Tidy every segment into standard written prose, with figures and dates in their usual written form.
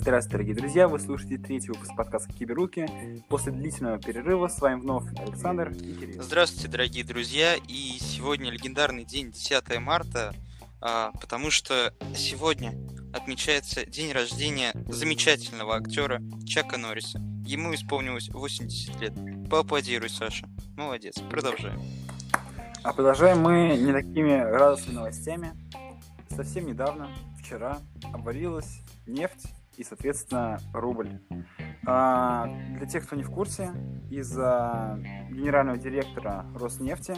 Здравствуйте, дорогие друзья! Вы слушаете третий выпуск подкаста «Киберруки». После длительного перерыва с вами вновь Александр и Кирилл. Здравствуйте, дорогие друзья! И сегодня легендарный день, 10 марта, потому что сегодня отмечается день рождения замечательного актера Чака Норриса. Ему исполнилось 80 лет. Поаплодируй, Саша. Молодец. Продолжаем. А продолжаем мы не такими радостными новостями. Совсем недавно, вчера, обвалилась нефть и, соответственно, рубль. Для тех, кто не в курсе, из-за генерального директора Роснефти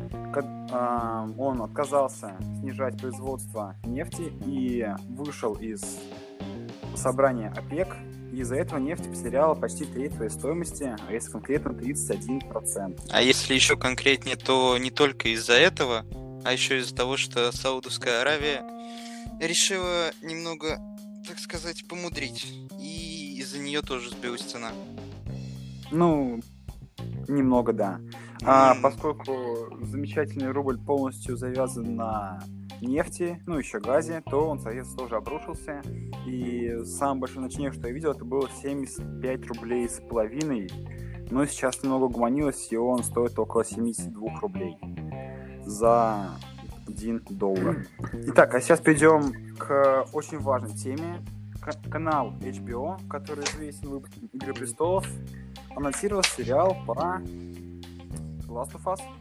он отказался снижать производство нефти и вышел из собрания ОПЕК. И из-за этого нефть потеряла почти треть своей стоимости, а если конкретно 31%. А если еще конкретнее, то не только из-за этого, а еще из-за того, что Саудовская Аравия решила немного, так сказать, помудрить. И из-за нее тоже сбилась цена. Ну, немного, да. Поскольку замечательный рубль полностью завязан на нефти, ну, еще газе, то он, соответственно, тоже обрушился. И самое большое значение, что я видел, это было 75 рублей с половиной. Но сейчас немного угомонилось, и он стоит около 72 рублей за $1. Итак, а сейчас перейдем к очень важной теме. Канал HBO, который известен выпуском «Игры престолов», анонсировал сериал по Last of Us.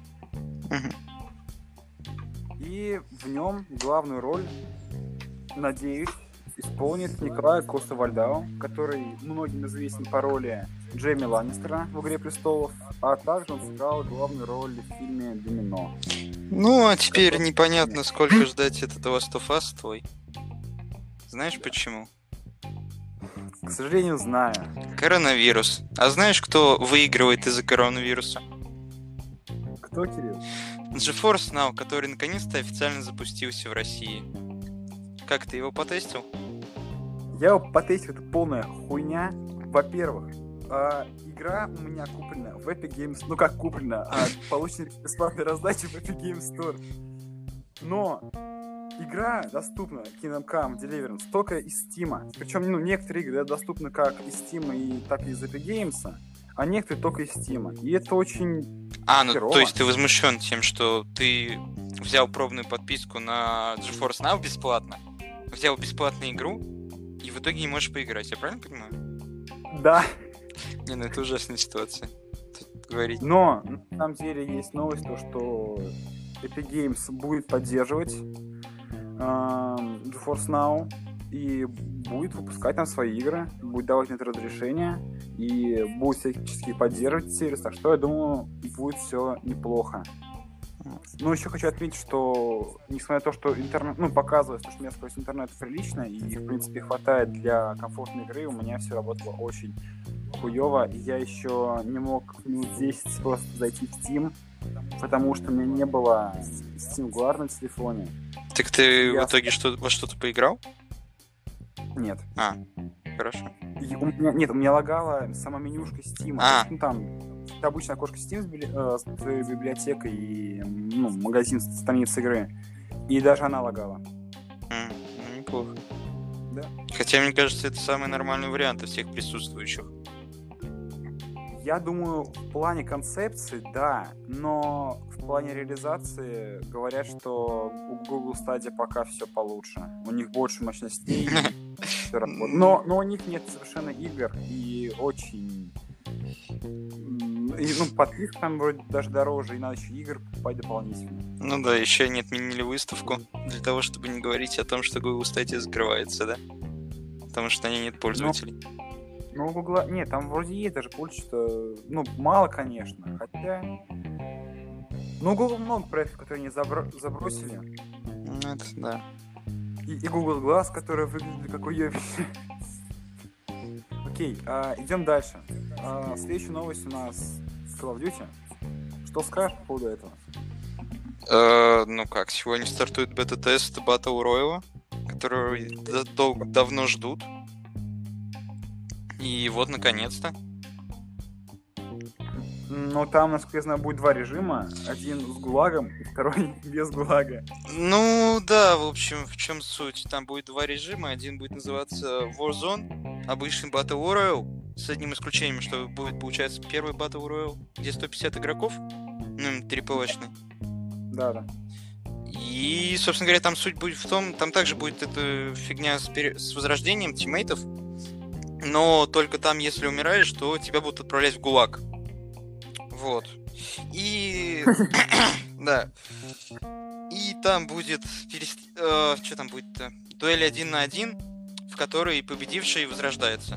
И в нем главную роль, надеюсь, исполнит Николай Коста-Вальдау, который многим известен по роли Джейми Ланнистера в «Игре престолов», а также он сыграл главную роль в фильме «Домино». Ну, а теперь непонятно, сколько ждать этот Last of Us твой. Знаешь почему? К сожалению, знаю. Коронавирус. А знаешь, кто выигрывает из-за коронавируса? Кто, Кирилл? GeForce Now, который наконец-то официально запустился в России. Как, ты его потестил? Я его потестил, это полная хуйня. Во-первых, игра у меня куплена в Epic Games... Ну как куплена? Получена бесплатной раздачи в Epic Games Store. Но игра доступна Kingdom Come Deliverance только из Steam. Причем, некоторые игры доступны как из Steam и так и из Epic Games, а некоторые только из Steam. И это очень херово. То есть ты возмущен тем, что ты взял пробную подписку на GeForce Now бесплатно, взял бесплатную игру, и в итоге не можешь поиграть, я правильно понимаю? Да. Не, это ужасная ситуация. Тут говорить. Но, на самом деле, есть новость, что Epic Games будет поддерживать GeForce Now и будет выпускать там свои игры, будет давать на это разрешение и будет всячески поддерживать сервис, так что я думаю, будет все неплохо. Но еще хочу отметить, что несмотря на то, что интернет, показывается, что у меня скорость интернета приличная и, в принципе, хватает для комфортной игры, у меня все работало очень хуёво, и я еще не мог минут 10 просто зайти в Steam, потому что у меня не было Steam Guard на телефоне. Так ты в итоге во что-то поиграл? Нет. Хорошо. У меня лагала сама менюшка Steam. Там обычная окошко Steam с библиотекой и магазин страниц игры. И даже она лагала. Неплохо. Да. Хотя, мне кажется, это самый нормальный вариант из всех присутствующих. Я думаю, в плане концепции, да, но в плане реализации говорят, что у Google Stadia пока все получше. У них больше мощностей, все работает. Но у них нет совершенно игр и очень... подписка там вроде даже дороже, и надо еще игр покупать дополнительно. Ну да, еще они отменили выставку для того, чтобы не говорить о том, что Google Stadia закрывается, да? Потому что на ней нет пользователей. Ну, у Гугла... Нет, там вроде есть даже пользователей, мало, конечно, хотя... у Google много проектов, которые они забросили. Это да. И Google Glass, которые выглядели как уебище. Окей, идем дальше. Следующая новость у нас Call of Duty. Что скажешь по поводу этого? Сегодня стартует бета-тест Battle Royale, который давно ждут. И вот, наконец-то. Но там, насколько я знаю, будет два режима. Один с ГУЛАГом, и второй без ГУЛАГа. Ну да, в общем, в чем суть? Там будет два режима. Один будет называться Warzone, обычный Battle Royale, с одним исключением, что будет, получается, первый Battle Royale, где 150 игроков, ну, трипл-очный. Да. И, собственно говоря, там суть будет в том, там также будет эта фигня с возрождением тиммейтов, но только там, если умираешь, то тебя будут отправлять в ГУЛАГ. Вот. И... Да. И там будет... Что там будет-то? Дуэль 1 на 1, в которой победивший возрождается.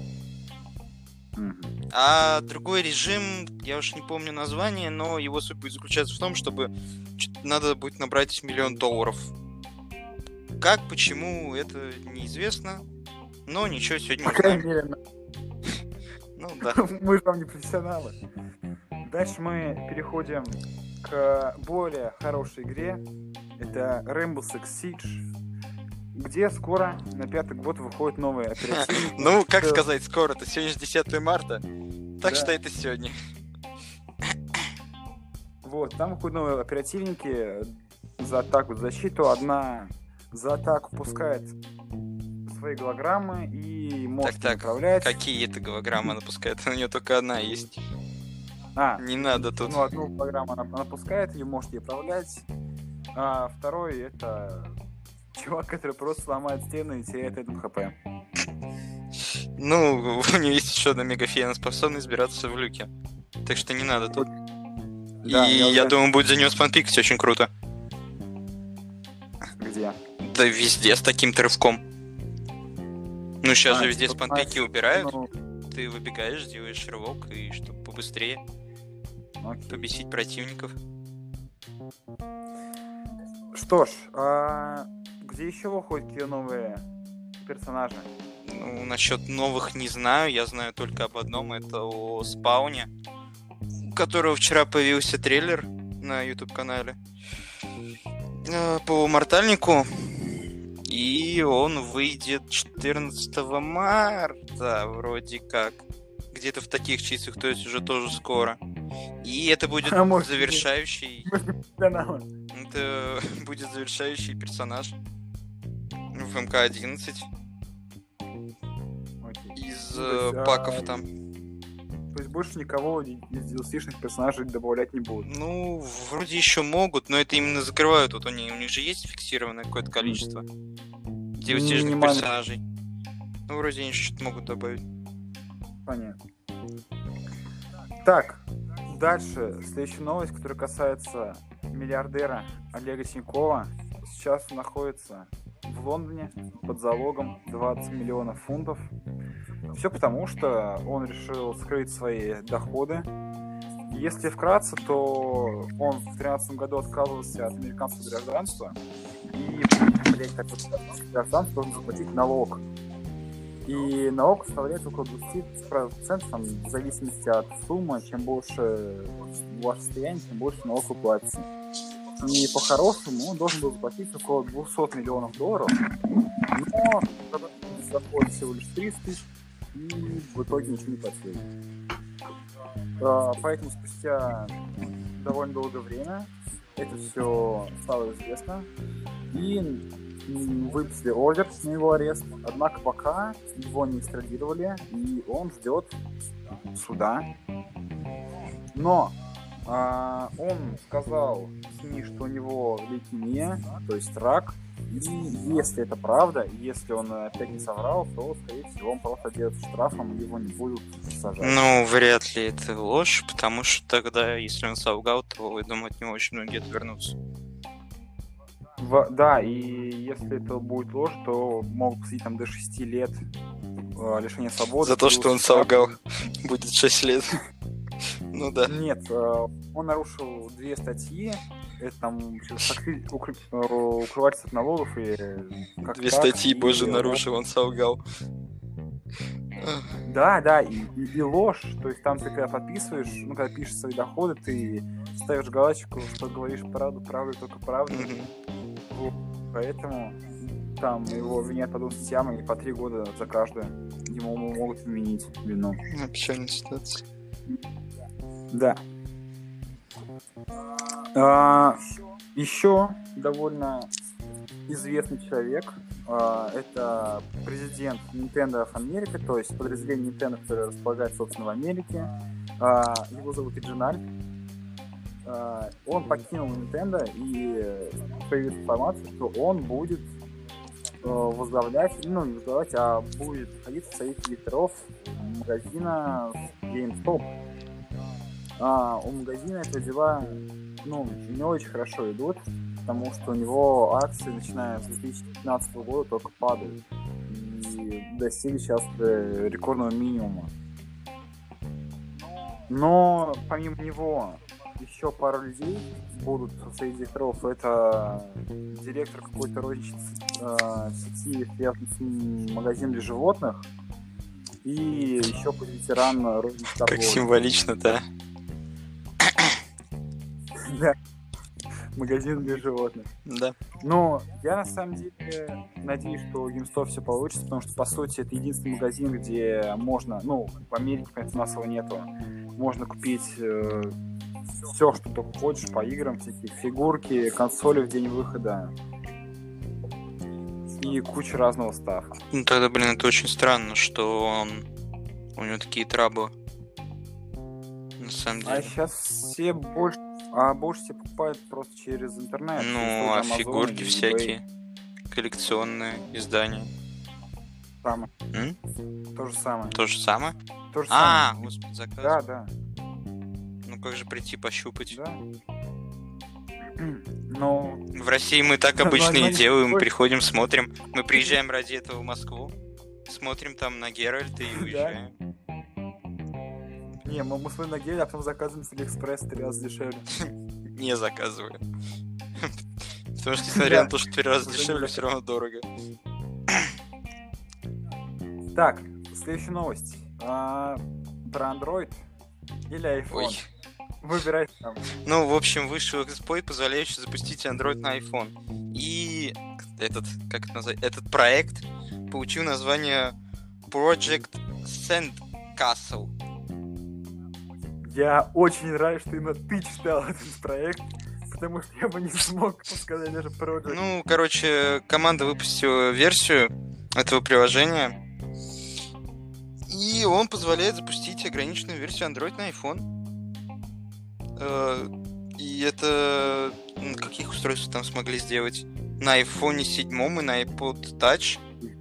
А другой режим, я уж не помню название, но его суть будет заключаться в том, чтобы надо будет набрать $1 миллион. Как, почему, это неизвестно. Но ничего, сегодня По крайней мере, ну да. мы же вам не профессионалы. Дальше мы переходим к более хорошей игре. Это Rainbow Six Siege, где скоро на 5-й год выходит новый оперативник. Ну, как сказать, скоро-то? Сегодня же 10 марта. Так что это сегодня. Вот, там выходят новые оперативники за атаку, за защиту. Одна за атаку пускает свои голограммы и может управлять. Какие это голограммы она пускает? У нее только одна есть. Не надо тут. Ну, одну голограмму она пускает, ее может ей управлять. А второй это чувак, который просто сломает стены и теряет один хп. Ну, у нее есть еще одна мегафея, способна избираться в люке. Так что не надо тут. Да, и я думаю, будет за нее спанпикать очень круто. Где? Да везде с таким-то рывком. Ну, сейчас же везде спанпики убирают. Ты выбегаешь, делаешь рывок, и чтобы побыстрее побесить противников. Что ж, где еще выходят какие новые персонажи? Ну, насчет новых не знаю, я знаю только об одном, это о Спауне, у которого вчера появился трейлер на YouTube-канале по Мортальнику, и он выйдет 14 марта, вроде как, где-то в таких числах, то есть уже тоже скоро. И это будет завершающий... Это будет завершающий персонаж в МК-11 из паков там. То есть больше никого из DLC-шных персонажей добавлять не будут? Ну, вроде еще могут, но это именно закрывают. Вот у них же есть фиксированное какое-то количество DLC-шных персонажей. Ну, вроде они что-то могут добавить. Понятно. Так, дальше. Следующая новость, которая касается миллиардера Олега Тинькова. Сейчас он находится в Лондоне под залогом 20 миллионов фунтов. Все потому, что он решил скрыть свои доходы. Если вкратце, то он в 2013 году отказывался от американского гражданства. И гражданство должен заплатить налог. И налог составляет около 20%, там, в зависимости от суммы. Чем больше ваше состояние, тем больше налог вы платите. И по-хорошему он должен был заплатить около $200 миллионов. Но заплатил всего лишь 30 тысяч, и в итоге ничего не платил. Поэтому спустя довольно долгое время это все стало известно. И выписали ордер на его арест. Однако пока его не экстрадировали, и он ждет суда. Но он сказал СМИ, что у него лейкемия, то есть рак. И если это правда, если он опять не соврал, то, скорее всего, он просто делается штрафом, и его не будут сажать. Ну, вряд ли это ложь, потому что тогда, если он солгал, то, я думаю, от него очень многие отвернутся. Да, и если это будет ложь, то могут посадить там до 6 лет лишения свободы. За то, что он солгал, будет 6 лет. Ну да. Нет, он нарушил 2 статьи. Это там укрывательство от налогов и... 2 статьи, боже, нарушил, он солгал. Да, и ложь. То есть там ты когда подписываешь, ну, когда пишешь свои доходы, ты ставишь галочку, что говоришь правду, только правду. Вот. Поэтому там его обвинят по 2 статьям, и по 3 года за каждую ему могут вменить вину. Печальная ситуация. Да. Еще довольно известный человек. Это президент Nintendo of America, то есть подразделение Nintendo, которое располагается, собственно, в Америке. Его зовут Реджиналь. Он покинул Nintendo, и появилась информация, что он будет возглавлять, ну не возглавлять, а будет входить в совет директоров магазина GameStop. У магазина это дела, ну, не очень хорошо идут, потому что у него акции, начиная с 2015 года, только падают и достигли сейчас рекордного минимума. Но помимо него еще пару людей будут среди директоров. Это директор какой-то розничной сети, связанной с магазином для животных, и еще ветеран розничной торговли. Как символично, да? Да, магазин для животных. Да. Но я на самом деле надеюсь, что у GameStop все получится, потому что, по сути, это единственный магазин, где можно, ну, в Америке, понятно, массово нету, можно купить все, что только хочешь по играм, всякие фигурки, консоли в день выхода и куча разного стафа. Ну тогда, блин, это очень странно, что у него такие траблы. На самом деле. А сейчас все больше все покупают просто через интернет. Ну, а Amazon, фигурки всякие, коллекционные издания. То же самое. То же самое? То же самое. Господи, заказ. Да. Ну как же прийти пощупать? Да. Но... В России мы так обычно и делаем, мы приходим, смотрим. Мы приезжаем ради этого в Москву, смотрим там на Геральта и уезжаем. Не, мы смотрим на Геральта, а потом заказываем с Алиэкспресс 3 раза дешевле. Не заказываем. Потому что, несмотря на то, что 3 раза дешевле, все равно дорого. Так, следующая новость. Про Android или iPhone. Ой. Выбирай сам. Ну, в общем, вышел эксплойт, позволяющий запустить Android на iPhone. И этот проект получил название Project Sandcastle. Я очень рад, что именно ты читал этот проект, потому что я бы не смог сказать даже Project. Ну, короче, команда выпустила версию этого приложения, и он позволяет запустить ограниченную версию Android на iPhone. И это... На каких устройствах там смогли сделать? На iPhone 7 и на iPod Touch.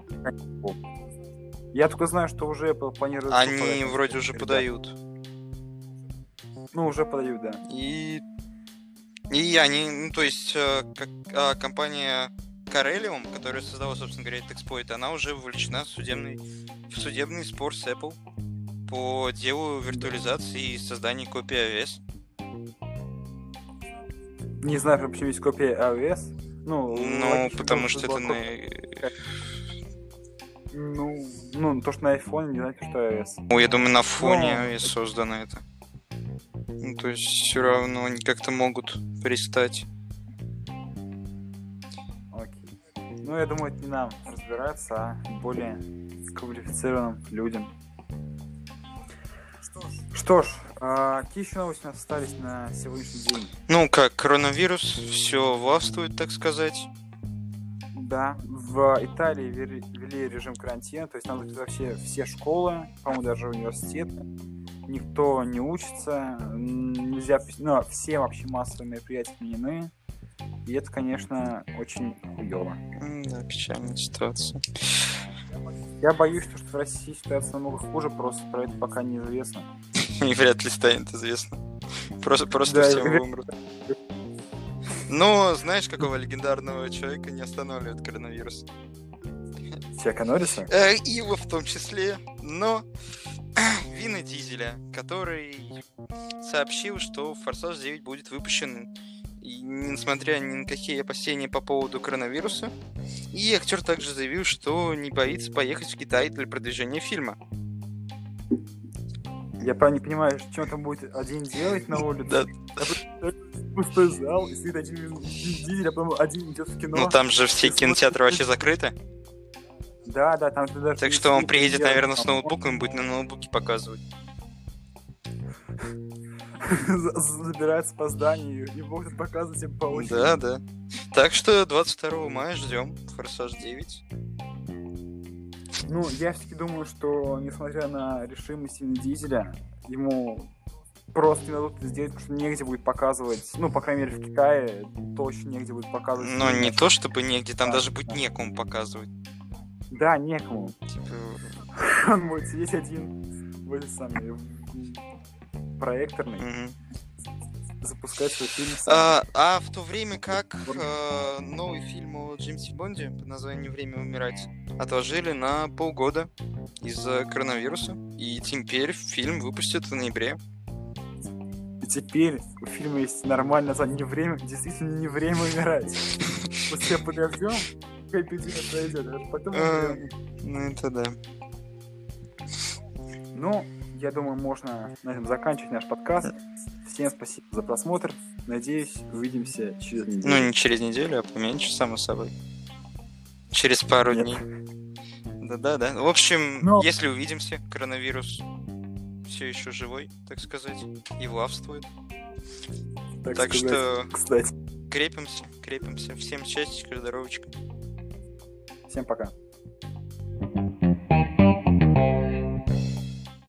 Я только знаю, что уже планируют... Они вроде уже подают. Ну, уже подают, да. И они... Ну, то есть, компания Corellium, которая создала, собственно говоря, этот эксплойт, она уже вовлечена в судебный спор с Apple по делу виртуализации и создания копии iOS. Не знаю, почему есть копия iOS. Ну, потому что это на... Ну, то, что на iPhone, не знаете, что iOS. Ну, я думаю, на фоне iOS создано это. Ну, то есть, все равно они как-то могут пристать. Окей. Ну, я думаю, это не нам разбираться, а более квалифицированным людям. Что ж, какие еще новости у нас остались на сегодняшний день? Ну, как коронавирус, все властвует, так сказать. Да, в Италии ввели режим карантина, то есть там вообще все школы, по-моему, даже университеты, никто не учится, нельзя, ну, все вообще массовые мероприятия отменены, и это, конечно, очень хуёво. Да, печальная ситуация. Я боюсь, что в России ситуация намного хуже, просто про это пока неизвестно. И вряд ли станет известно. Просто Да, все умрут. Но знаешь, какого легендарного человека не останавливает коронавирус? Чака Норриса? Его в том числе, но Вина Дизеля, который сообщил, что «Форсаж 9» будет выпущен, и несмотря ни на какие опасения по поводу коронавируса. И актер также заявил, что не боится поехать в Китай для продвижения фильма. Я правильно не понимаю, что он там будет один делать на улице? Да. Пустой зал, и стоит один Дизель, а потом один идет в кино. Ну там же все кинотеатры вообще закрыты. Да, там ты даже... Так что он приедет, наверное, с ноутбуком и будет на ноутбуке показывать. забирает с опозданием и будет показывать им по очереди. Да, да. Так что 22 мая ждем «Форсаж 9». Ну, я все-таки думаю, что, несмотря на решимость Вина Дизеля, ему просто не дадут это сделать, потому что негде будет показывать, ну, по крайней мере, в Китае точно негде будет показывать. Но не то, чтобы негде, там Да. даже будет некому показывать. Да, некому. Типа... Он будет сидеть один в этой самой проекторной, мгм. запускать свой фильм сам. А в то время как новый фильм о Джеймсе Бонде под названием «Время умирать» отложили на полгода из-за коронавируса. И теперь фильм выпустят в ноябре. И теперь у фильма есть нормальное название. Не время, действительно не время умирать. Вот все подождем, как эпидемия пройдет, а потом умрем. Ну это да. Ну, я думаю, можно на этом заканчивать наш подкаст. Всем спасибо за просмотр. Надеюсь, увидимся через неделю. Ну не через неделю, а поменьше, само собой. Через пару Нет. дней. Да. В общем, Но- если увидимся, коронавирус все еще живой, так сказать, и влавствует. Так сказать, что кстати, крепимся. Всем счастья, здоровочка. всем пока.